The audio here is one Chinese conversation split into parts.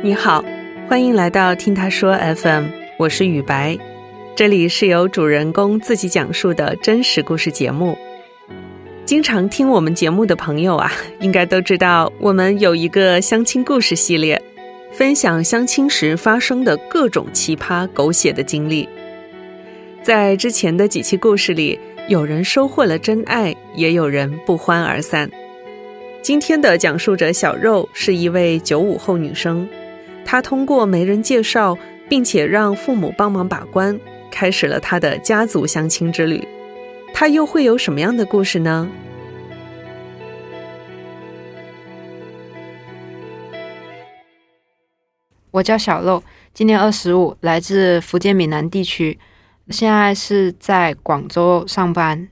你好，欢迎来到听他说 FM， 我是雨白，这里是由主人公自己讲述的真实故事节目。经常听我们节目的朋友啊，应该都知道我们有一个相亲故事系列，分享相亲时发生的各种奇葩狗血的经历。在之前的几期故事里，有人收获了真爱，也有人不欢而散。今天的讲述者小肉是一位95后女生，她通过媒人介绍，并且让父母帮忙把关，开始了她的家族相亲之旅。她又会有什么样的故事呢？ 我叫小肉，今年25，来自福建闽南地区，现在是在广州上班。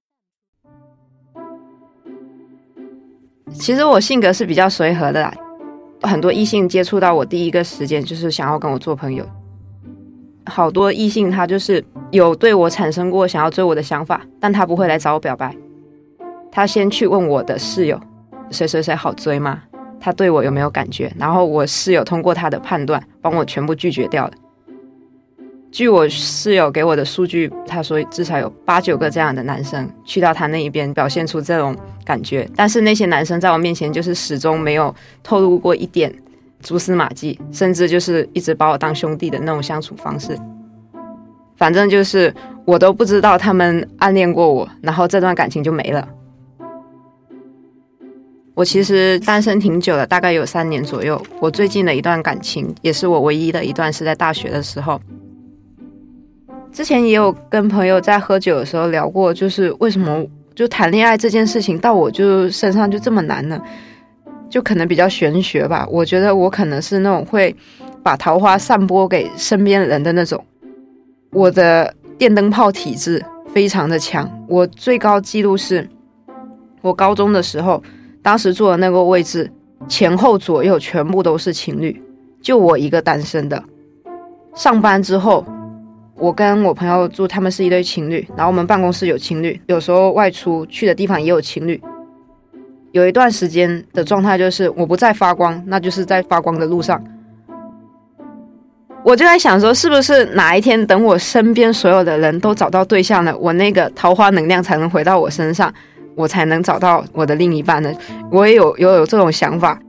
其实我性格是比较随和的啦，很多异性接触到我第一个时间就是想要跟我做朋友。好多异性他就是有对我产生过想要追我的想法，但他不会来找我表白，他先去问我的室友谁谁谁好追吗？他对我有没有感觉？然后我室友通过他的判断帮我全部拒绝掉了。据我室友给我的数据，他说至少有8、9个这样的男生去到他那一边表现出这种感觉，但是那些男生在我面前就是始终没有透露过一点蛛丝马迹，甚至就是一直把我当兄弟的那种相处方式。反正就是我都不知道他们暗恋过我，然后这段感情就没了。我其实单身挺久了，大概有3年左右。我最近的一段感情也是我唯一的一段，是在大学的时候。之前也有跟朋友在喝酒的时候聊过，就是为什么就谈恋爱这件事情到我就身上就这么难呢？就可能比较玄学吧。我觉得我可能是那种会把桃花散播给身边人的那种。我的电灯泡体质非常的强，我最高纪录是我高中的时候，当时坐的那个位置前后左右全部都是情侣，就我一个单身的。上班之后我跟我朋友住，他们是一对情侣，然后我们办公室有情侣，有时候外出去的地方也有情侣。有一段时间的状态就是我不再发光，那就是在发光的路上。我就在想说，是不是哪一天等我身边所有的人都找到对象了，我那个桃花能量才能回到我身上，我才能找到我的另一半呢？我也有这种想法。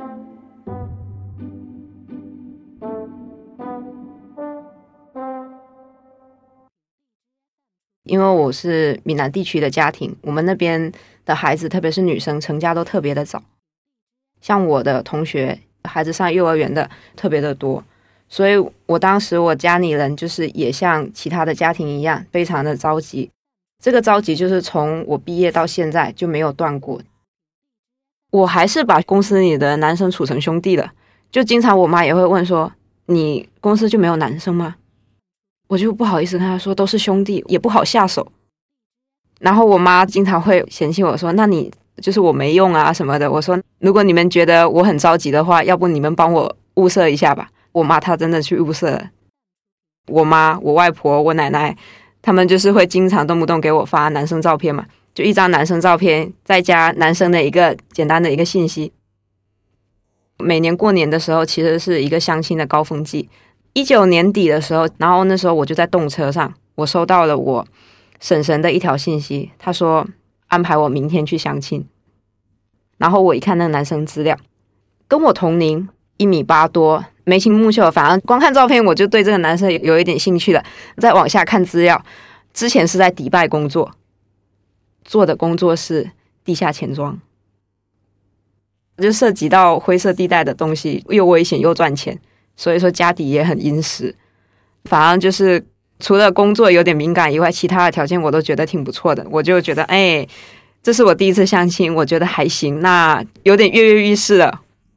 因为我是闽南地区的家庭，我们那边的孩子特别是女生成家都特别的早，像我的同学孩子上幼儿园的特别的多，所以我当时我家里人就是也像其他的家庭一样非常的着急，这个着急就是从我毕业到现在就没有断过。我还是把公司里的男生处成兄弟了，就经常我妈也会问说，你公司就没有男生吗？我就不好意思跟他说都是兄弟，也不好下手。然后我妈经常会嫌弃我说，那你就是我没用啊什么的。我说如果你们觉得我很着急的话，要不你们帮我物色一下吧。我妈她真的去物色了，我妈、我外婆、我奶奶他们就是会经常动不动给我发男生照片嘛，就一张男生照片再加男生的一个简单的一个信息。每年过年的时候其实是一个相亲的高峰期，19年底的时候，然后那时候我就在动车上，我收到了我婶婶的一条信息，她说安排我明天去相亲。然后我一看那个男生资料，跟我同龄，1.8米多，眉清目秀，反正光看照片我就对这个男生有一点兴趣了。再往下看资料，之前是在迪拜工作，做的工作是地下钱庄，就涉及到灰色地带的东西，又危险又赚钱，所以说家底也很殷实。反正就是除了工作有点敏感以外，其他的条件我都觉得挺不错的。我就觉得这是我第一次相亲，我觉得还行，那有点跃跃欲试了。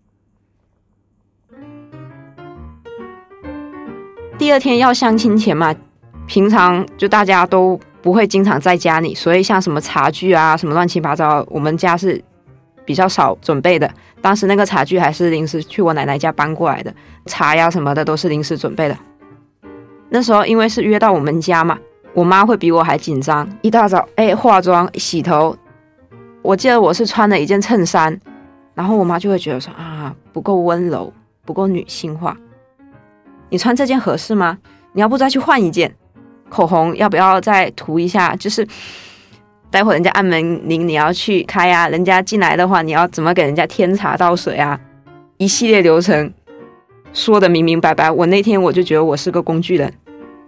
第二天要相亲前嘛，平常就大家都不会经常在家里，所以像什么茶具啊什么乱七八糟，我们家是比较少准备的。当时那个茶具还是临时去我奶奶家搬过来的，茶呀什么的都是临时准备的。那时候因为是约到我们家嘛，我妈会比我还紧张，一大早化妆洗头。我记得我是穿了一件衬衫，然后我妈就会觉得说不够温柔， 不够女性化。你穿这件合适吗？你要不再去换一件？口红要不要再涂一下？就是待会人家按门铃你要去开啊，人家进来的话你要怎么给人家添茶倒水啊，一系列流程说的明明白白。我那天我就觉得我是个工具人，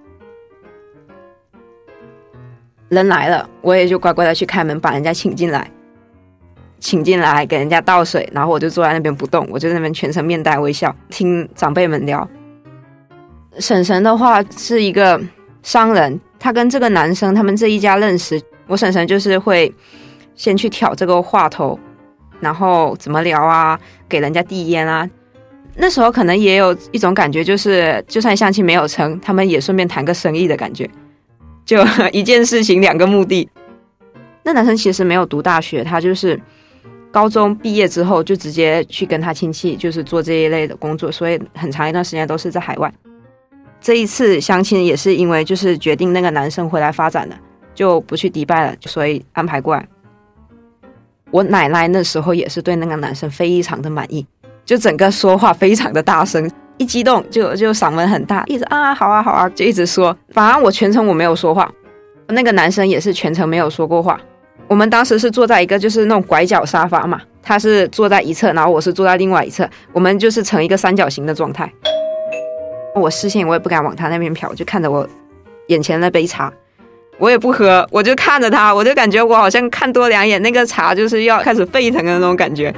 人来了我也就乖乖的去开门把人家请进来给人家倒水，然后我就坐在那边不动，我就在那边全程面带微笑听长辈们聊。婶婶的话是一个商人，他跟这个男生他们这一家认识，我婶婶就是会先去挑这个话头，然后怎么聊啊，给人家递烟啊。那时候可能也有一种感觉，就是就算相亲没有成，他们也顺便谈个生意的感觉，就一件事情两个目的。那男生其实没有读大学，他就是高中毕业之后就直接去跟他亲戚就是做这一类的工作，所以很长一段时间都是在海外。这一次相亲也是因为就是决定那个男生回来发展了，就不去迪拜了，所以安排过来。我奶奶那时候也是对那个男生非常的满意，就整个说话非常的大声，一激动就嗓门很大，一直啊好啊好啊就一直说。反正我全程我没有说话，那个男生也是全程没有说过话。我们当时是坐在一个就是那种拐角沙发嘛，他是坐在一侧，然后我是坐在另外一侧，我们就是呈一个三角形的状态。我视线我也不敢往他那边瞟，就看着我眼前那杯茶，我也不喝，我就看着他，我就感觉我好像看多两眼，那个茶就是要开始沸腾的那种感觉。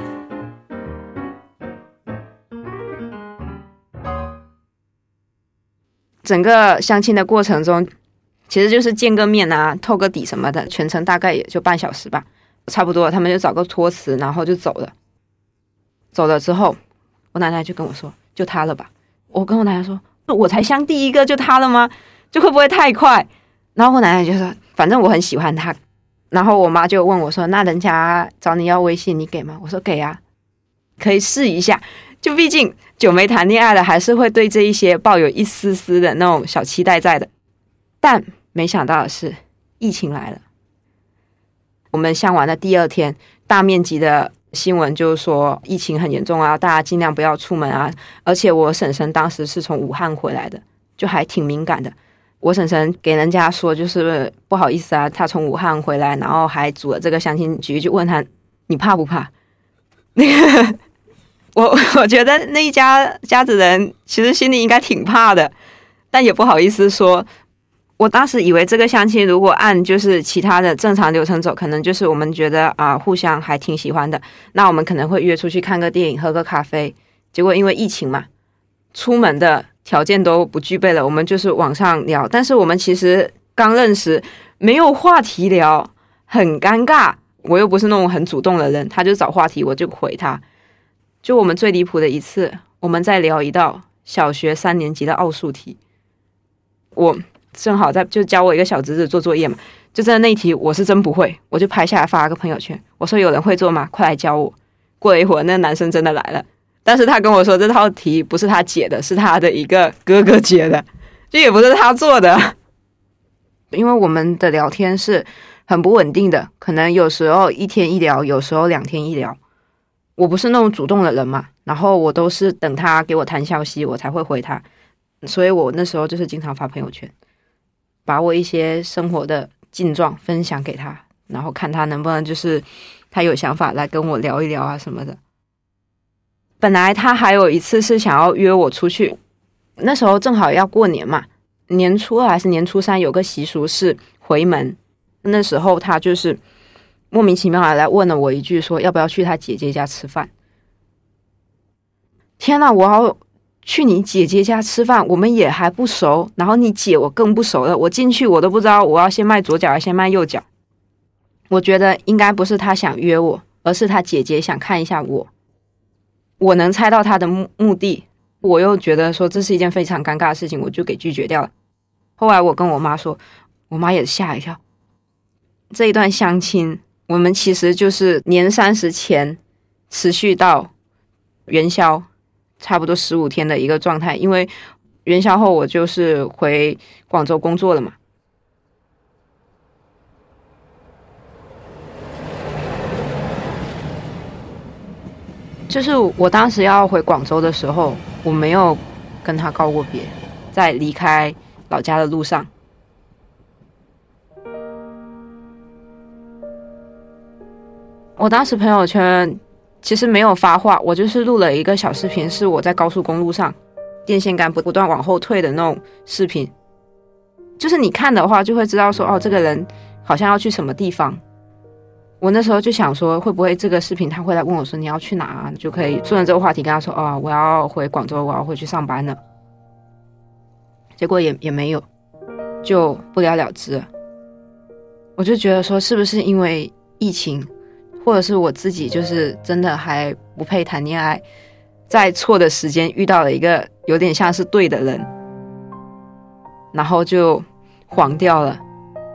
整个相亲的过程中其实就是见个面啊，透个底什么的，全程大概也就半小时吧，差不多他们就找个托词然后就走了。走了之后我奶奶就跟我说就他了吧。我跟我奶奶说我才相第一个就他了吗？就会不会太快？然后我奶奶就说反正我很喜欢他。然后我妈就问我说那人家找你要微信你给吗？我说给啊，可以试一下，就毕竟久没谈恋爱了，还是会对这一些抱有一丝丝的那种小期待在的。但没想到的是疫情来了。我们相完的第二天，大面积的新闻就是说疫情很严重啊，大家尽量不要出门啊。而且我婶婶当时是从武汉回来的，就还挺敏感的。我婶婶给人家说就是不好意思啊，她从武汉回来，然后还组了这个相亲局，就问她你怕不怕？那个我觉得那一家子人其实心里应该挺怕的，但也不好意思说。我当时以为这个相亲如果按就是其他的正常流程走，可能就是我们觉得啊互相还挺喜欢的，那我们可能会约出去看个电影喝个咖啡。结果因为疫情嘛，出门的条件都不具备了，我们就是网上聊。但是我们其实刚认识，没有话题聊，很尴尬。我又不是那种很主动的人，他就找话题我就回他。就我们最离谱的一次，我们在聊一道小学3年级的奥数题，我正好就教我一个小侄子做作业嘛，就在那一题我是真不会，我就拍下来发了个朋友圈，我说有人会做吗？快来教我。过了一会儿那个男生真的来了，但是他跟我说这套题不是他解的，是他的一个哥哥解的，就也不是他做的。因为我们的聊天是很不稳定的，可能有时候1天1聊，有时候2天1聊。我不是那种主动的人嘛，然后我都是等他给我弹消息我才会回他，所以我那时候就是经常发朋友圈，把我一些生活的近状分享给他，然后看他能不能就是他有想法来跟我聊一聊啊什么的。本来他还有一次是想要约我出去，那时候正好要过年嘛，年初2还是年初3有个习俗是回门，那时候他就是莫名其妙的来问了我一句，说要不要去他姐姐家吃饭。天哪，我要去你姐姐家吃饭，我们也还不熟，然后你姐我更不熟了，我进去我都不知道我要先迈左脚还是先迈右脚。我觉得应该不是他想约我，而是他姐姐想看一下我。我能猜到他的目的，我又觉得说这是一件非常尴尬的事情，我就给拒绝掉了。后来我跟我妈说，我妈也吓一跳。这一段相亲我们其实就是年30前持续到元宵，差不多15天的一个状态。因为元宵后我就是回广州工作了嘛。 就是我当时要回广州的时候，我没有跟他告过别，在离开老家的路上。我当时朋友圈其实没有发话，我就是录了一个小视频，是我在高速公路上电线杆不断往后退的那种视频。就是你看的话就会知道说，哦，这个人好像要去什么地方。我那时候就想说，会不会这个视频他会来问我说你要去哪啊，就可以顺着这个话题跟他说，哦，我要回广州，我要回去上班了。结果也没有，就不了了之了。我就觉得说，是不是因为疫情，或者是我自己就是真的还不配谈恋爱，在错的时间遇到了一个有点像是对的人，然后就黄掉了。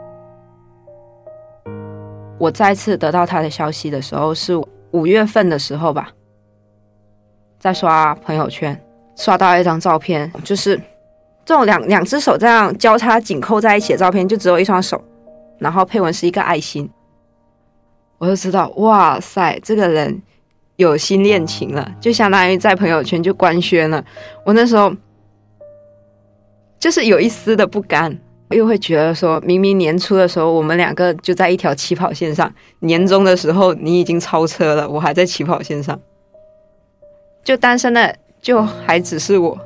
我再次得到他的消息的时候是5月份的时候吧，在刷朋友圈，刷到一张照片，就是这种两只手这样交叉紧扣在一起的照片，就只有一双手，然后配文是一个爱心。我就知道，哇塞，这个人有新恋情了，就相当于在朋友圈就官宣了。我那时候就是有一丝的不甘，又会觉得说，明明年初的时候我们两个就在一条起跑线上，年终的时候你已经超车了，我还在起跑线上，就单身的就还只是我。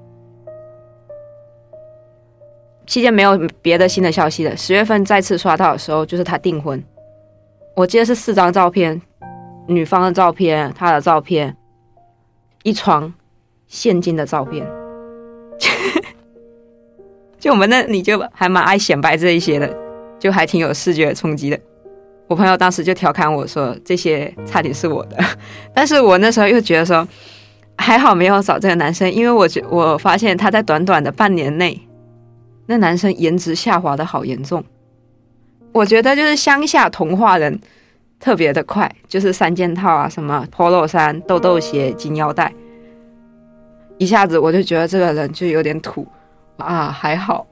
期间没有别的新的消息了。10月份再次刷到的时候，就是他订婚。我记得是4张照片，女方的照片，他的照片，一床现金的照片。就我们那里就还蛮爱显摆这一些的，就还挺有视觉冲击的。我朋友当时就调侃我说，这些差点是我的。但是我那时候又觉得说，还好没有找这个男生，因为我发现他在短短的半年内，那男生颜值下滑的好严重。我觉得就是乡下童话人特别的快，就是3件套啊，什么 polo 衫、豆豆鞋、金腰带，一下子我就觉得这个人就有点土啊，还好。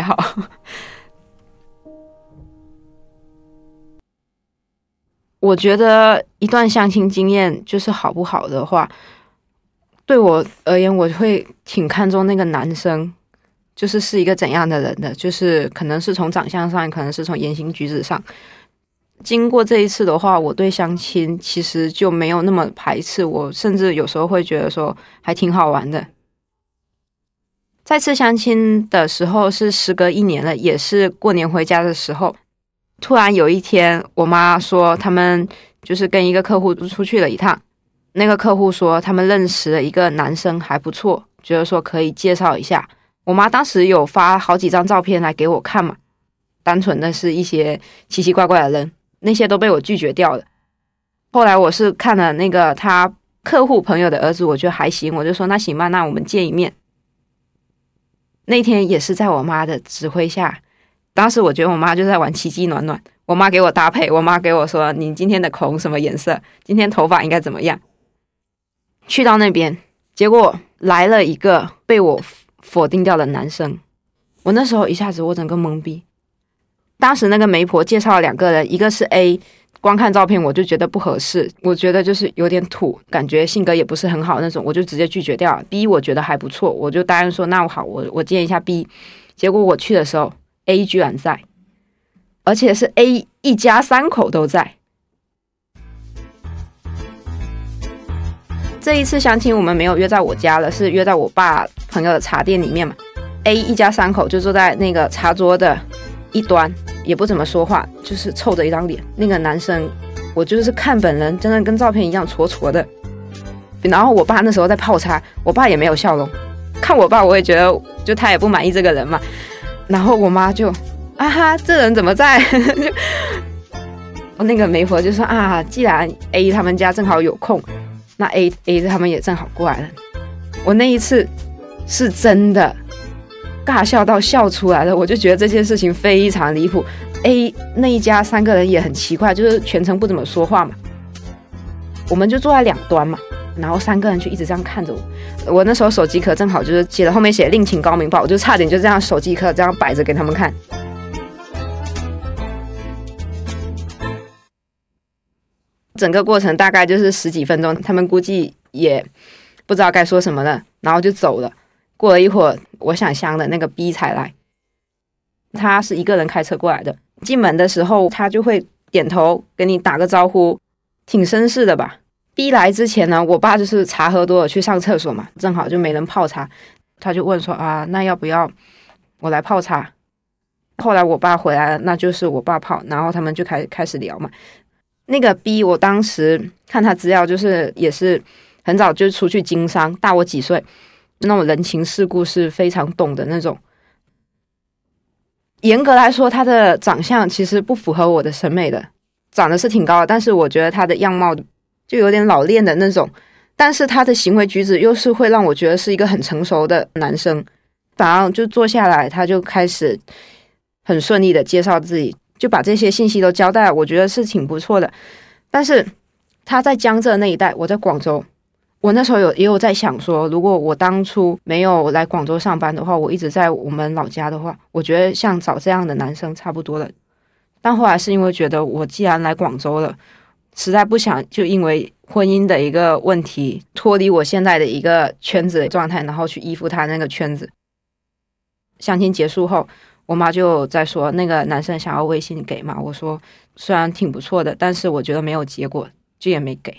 我觉得一段相亲经验就是好不好的话，对我而言，我会挺看重那个男生是一个怎样的人的，就是可能是从长相上，可能是从言行举止上。经过这一次的话，我对相亲其实就没有那么排斥，我甚至有时候会觉得说还挺好玩的。再次相亲的时候是时隔1年了，也是过年回家的时候，突然有一天我妈说他们就是跟一个客户出去了一趟，那个客户说他们认识了一个男生还不错，觉得说可以介绍一下。我妈当时有发好几张照片来给我看嘛，单纯的是一些奇奇怪怪的人，那些都被我拒绝掉了。后来我是看了那个他客户朋友的儿子，我觉得还行，我就说那行吧，那我们见一面。那天也是在我妈的指挥下，当时我觉得我妈就在玩奇迹暖暖，我妈给我搭配，我妈给我说你今天的口红什么颜色，今天头发应该怎么样。去到那边，结果来了一个被我否定掉的男生，我那时候一下子我整个懵逼。当时那个媒婆介绍了2个人，一个是 A， 光看照片我就觉得不合适，我觉得就是有点土，感觉性格也不是很好那种，我就直接拒绝掉了。B 我觉得还不错，我就答应说那好，我见一下 B。 结果我去的时候 A 居然在，而且是 A 一家3口都在。这一次相亲我们没有约在我家了，是约在我爸朋友的茶店里面嘛。 A 一家3口就坐在那个茶桌的一端，也不怎么说话，就是臭着一张脸。那个男生我就是看本人真的跟照片一样矬矬的。然后我爸那时候在泡茶，我爸也没有笑容，看我爸我也觉得就他也不满意这个人嘛。然后我妈就啊哈，这人怎么在那个媒婆就说啊，既然 A 他们家正好有空，那 A 他们也正好过来了。我那一次是真的尬笑到笑出来了，我就觉得这件事情非常离谱。 A 那一家3个人也很奇怪，就是全程不怎么说话嘛，我们就坐在2端嘛，然后3个人就一直这样看着我。我那时候手机壳正好就是写了后面写另请高明报，我就差点就这样手机壳这样摆着给他们看。 整个过程大概就是10几分钟，他们估计也不知道该说什么了，然后就走了。过了一会儿，我想香的那个 B 才来，他是一个人开车过来的。进门的时候，他就会点头跟你打个招呼，挺绅士的吧。B 来之前呢，我爸就是茶喝多了去上厕所嘛，正好就没人泡茶，他就问说啊，那要不要我来泡茶？后来我爸回来了，那就是我爸泡，然后他们就开始聊嘛。那个 B 我当时看他资料，就是也是很早就出去经商，大我几岁，那种人情世故是非常懂的那种。严格来说，他的长相其实不符合我的审美的，长得是挺高的，但是我觉得他的样貌就有点老练的那种，但是他的行为举止又是会让我觉得是一个很成熟的男生。反而就坐下来，他就开始很顺利的介绍自己，就把这些信息都交代了，我觉得是挺不错的。但是他在江浙那一带，我在广州，我那时候也有在想说，如果我当初没有来广州上班的话，我一直在我们老家的话，我觉得像找这样的男生差不多了。但后来是因为觉得我既然来广州了，实在不想就因为婚姻的一个问题脱离我现在的一个圈子的状态，然后去依附他那个圈子。相亲结束后，我妈就在说那个男生想要微信给嘛，我说虽然挺不错的，但是我觉得没有结果，就也没给。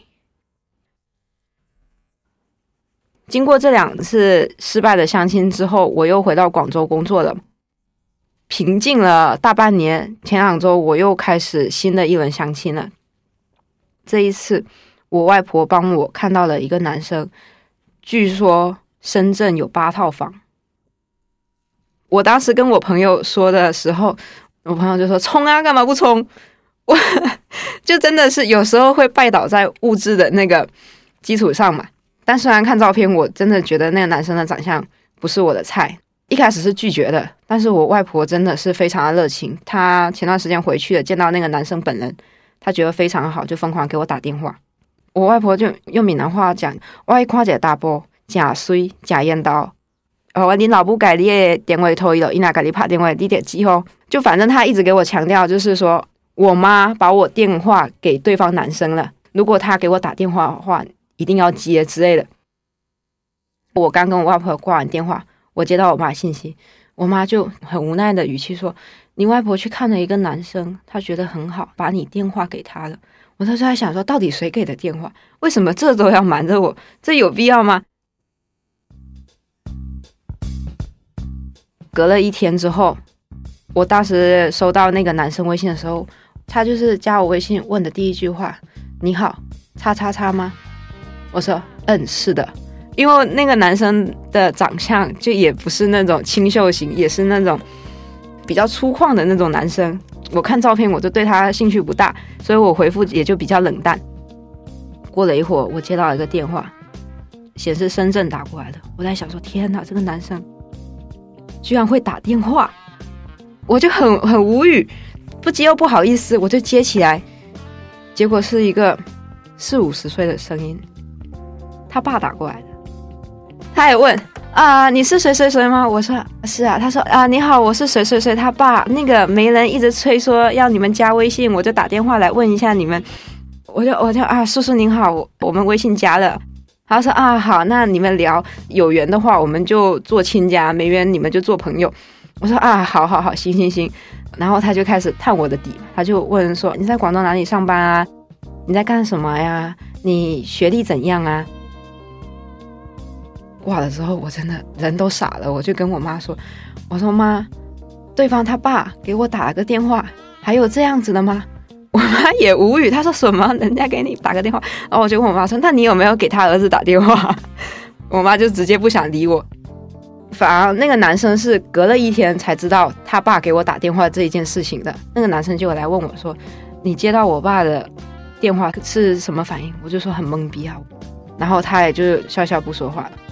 经过这2次失败的相亲之后，我又回到广州工作了，平静了大半年。前2周我又开始新的一轮相亲了。这一次我外婆帮我看到了一个男生，据说深圳有8套房。我当时跟我朋友说的时候，我朋友就说冲啊，干嘛不冲？我就真的是有时候会拜倒在物质的那个基础上嘛。但虽然看照片，我真的觉得那个男生的长相不是我的菜，一开始是拒绝的。但是我外婆真的是非常的热情，她前段时间回去了，见到那个男生本人，她觉得非常好，就疯狂给我打电话。我外婆就用闽南话讲，我爱看这个大波真水真烟刀。你老母改你的电话偷了，伊哪给你打电话，你得记哦。就反正他一直给我强调，就是说我妈把我电话给对方男生了，如果他给我打电话的话，一定要接之类的。我刚跟我外婆挂完电话，我接到我妈信息，我妈就很无奈的语气说：“你外婆去看了一个男生，她觉得很好，把你电话给他了。”我那时候在想说，到底谁给的电话？为什么这都要瞒着我？这有必要吗？隔了1天之后，我当时收到那个男生微信的时候，他就是加我微信问的第一句话：“你好，叉叉叉吗？”我说：“是的。”因为那个男生的长相就也不是那种清秀型，也是那种比较粗犷的那种男生。我看照片我就对他兴趣不大，所以我回复也就比较冷淡。过了一会儿，我接到一个电话，显示深圳打过来的。我在想说，天哪，这个男生居然会打电话，我就很无语，不接又不好意思，我就接起来，结果是一个40-50岁的声音，他爸打过来的。他也问你是谁谁谁吗？我说是啊。他说你好，我是谁谁谁他爸，那个媒人一直催说要你们加微信，我就打电话来问一下你们。我就叔叔您好，我们微信加了。他说好，那你们聊，有缘的话我们就做亲家，没缘你们就做朋友。我说好，行。然后他就开始探我的底，他就问说你在广东哪里上班啊？你在干什么呀？你学历怎样啊？挂了之后我真的人都傻了，我就跟我妈说，我说妈，对方他爸给我打了个电话，还有这样子的吗？我妈也无语，她说什么人家给你打个电话？然后我就问我妈说，那你有没有给他儿子打电话？我妈就直接不想理我。反而那个男生是隔了1天才知道他爸给我打电话这一件事情的。那个男生就来问我说，你接到我爸的电话是什么反应？我就说很懵逼啊，然后他也就笑笑不说话了。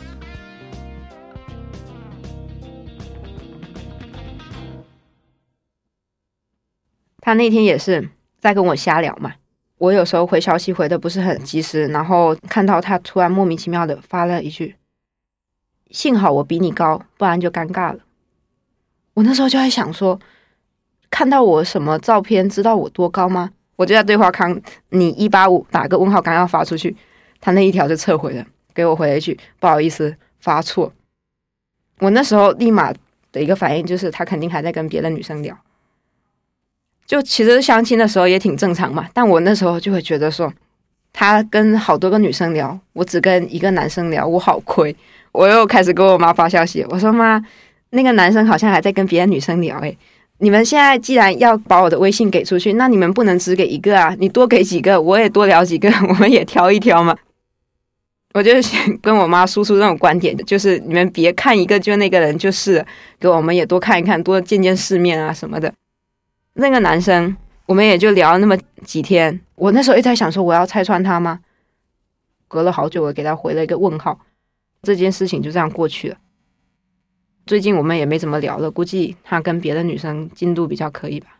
他那天也是在跟我瞎聊嘛，我有时候回消息回的不是很及时，然后看到他突然莫名其妙的发了一句，幸好我比你高，不然就尴尬了。我那时候就在想说，看到我什么照片知道我多高吗？ 我就在对话框你185打个问号，刚要发出去，他那一条就撤回了，给我回了一句不好意思发错。我那时候立马的一个反应就是他肯定还在跟别的女生聊，就其实相亲的时候也挺正常嘛，但我那时候就会觉得说他跟好多个女生聊，我只跟一个男生聊，我好亏。我又开始给我妈发消息，我说妈，那个男生好像还在跟别的女生聊你们现在既然要把我的微信给出去，那你们不能只给一个啊，你多给几个，我也多聊几个，我们也挑一挑嘛。我就想跟我妈输出这种观点，就是你们别看一个就那个人就是给我们也多看一看，多见见世面啊什么的。那个男生我们也就聊了那么几天，我那时候一直在想说我要拆穿他吗？隔了好久我给他回了一个问号，这件事情就这样过去了。最近我们也没怎么聊了，估计他跟别的女生进度比较可以吧。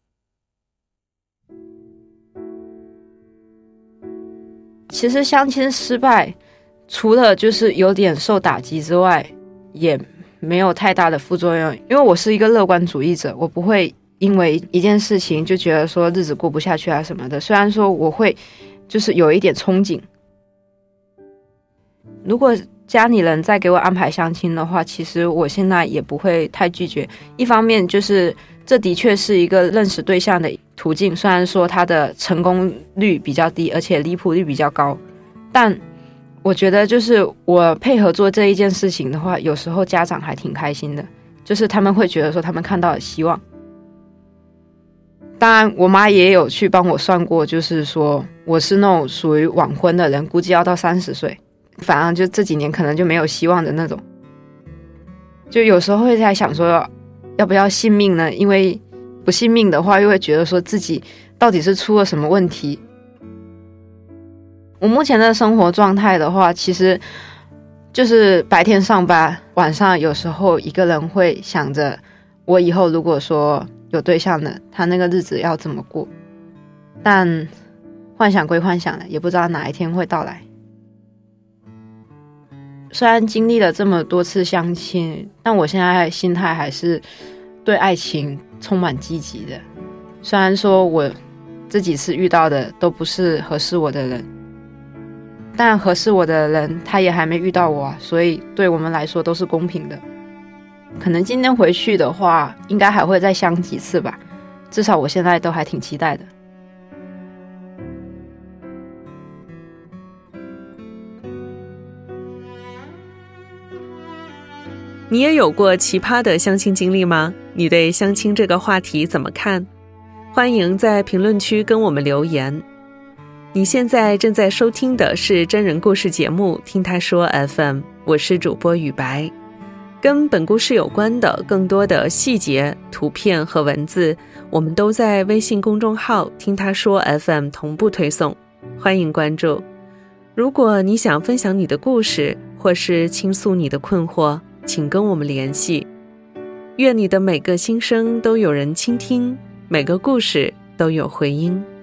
其实相亲失败，除了就是有点受打击之外，也没有太大的副作用。因为我是一个乐观主义者，我不会因为一件事情就觉得说日子过不下去啊什么的。虽然说我会就是有一点憧憬，如果家里人再给我安排相亲的话，其实我现在也不会太拒绝。一方面就是这的确是一个认识对象的途径，虽然说它的成功率比较低，而且离谱率比较高，但我觉得就是我配合做这一件事情的话，有时候家长还挺开心的，就是他们会觉得说他们看到了希望。当然我妈也有去帮我算过，就是说我是那种属于晚婚的人，估计要到30岁，反正就这几年可能就没有希望的那种。就有时候会在想说要不要信命呢，因为不信命的话又会觉得说自己到底是出了什么问题。我目前的生活状态的话，其实就是白天上班，晚上有时候一个人会想着我以后如果说有对象了，他那个日子要怎么过。但幻想归幻想了，也不知道哪一天会到来。虽然经历了这么多次相亲，但我现在心态还是对爱情充满积极的。虽然说我这几次遇到的都不是合适我的人，但合适我的人他也还没遇到我啊，所以对我们来说都是公平的。可能今天回去的话，应该还会再相几次吧，至少我现在都还挺期待的。 你也有过奇葩的相亲经历吗？你对相亲这个话题怎么看？欢迎在评论区跟我们留言。你现在正在收听的是真人故事节目听他说 FM， 我是主播雨白。跟本故事有关的更多的细节、图片和文字，我们都在微信公众号听他说 FM 同步推送，欢迎关注。如果你想分享你的故事，或是倾诉你的困惑，请跟我们联系。愿你的每个心声都有人倾听，每个故事都有回音。